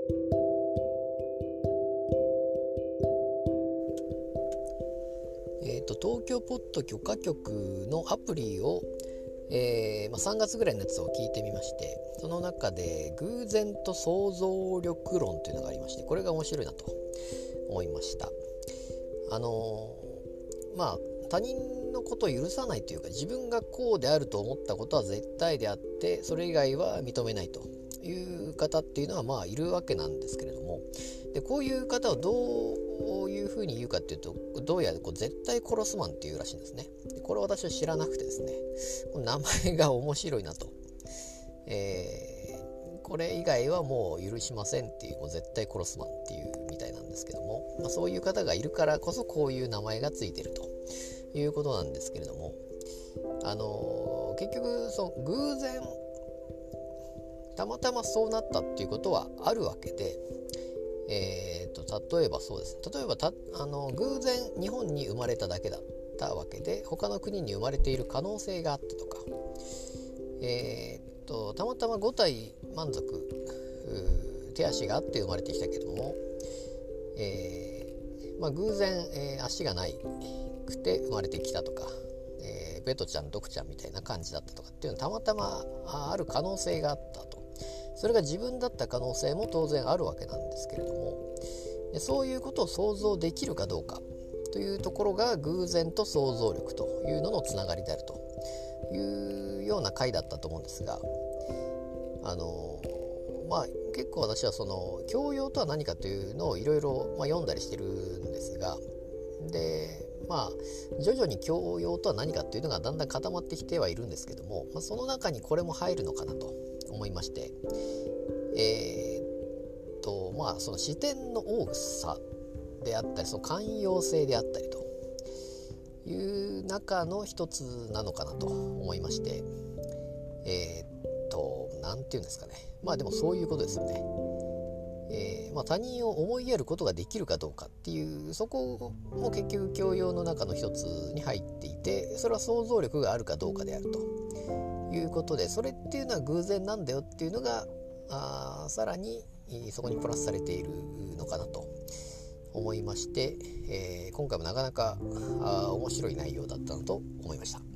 東京ポッド許可局のアプリを、3月ぐらいのやつを聞いてみまして、その中で偶然と想像力論というのがありまして、これが面白いなと思いました。他人のことを許さないというか、自分がこうであると思ったことは絶対であって、それ以外は認めないという方っていうのは、いるわけなんですけれども、でこういう方をどういうふうに言うかっていうと、どうやら絶対殺すマンっていうらしいんですね。でこれは私は知らなくてですね、この名前が面白いなと、これ以外はもう許しませんっていう、もう絶対殺すマンっていうみたいなんですけども、そういう方がいるからこそこういう名前がついてるということなんですけれども、結局偶然たまたまそうなったっていうことはあるわけで、例えばそうです。例えば偶然日本に生まれただけだったわけで、他の国に生まれている可能性があったとか、たまたま5体満足手足があって生まれてきたけども、偶然、足がないくて生まれてきたとか、ベトちゃんドクちゃんみたいな感じだったとかっていうのはたまたまある可能性があったと。それが自分だった可能性も当然あるわけなんですけれども、そういうことを想像できるかどうかというところが偶然と想像力というののつながりであるというような回だったと思うんですが、結構私はその教養とは何かというのをいろいろ読んだりしてるんですが、で徐々に教養とは何かというのがだんだん固まってきてはいるんですけども、その中にこれも入るのかなと思いまして、その視点の多さであったり、その寛容性であったりという中の一つなのかなと思いまして、なんていうんですかね、でもそういうことですよね。他人を思いやることができるかどうかっていう、そこも結局教養の中の一つに入っていて、それは想像力があるかどうかであるということで、それっていうのは偶然なんだよっていうのがさらにそこにプラスされているのかなと思いまして、今回もなかなか面白い内容だったなと思いました。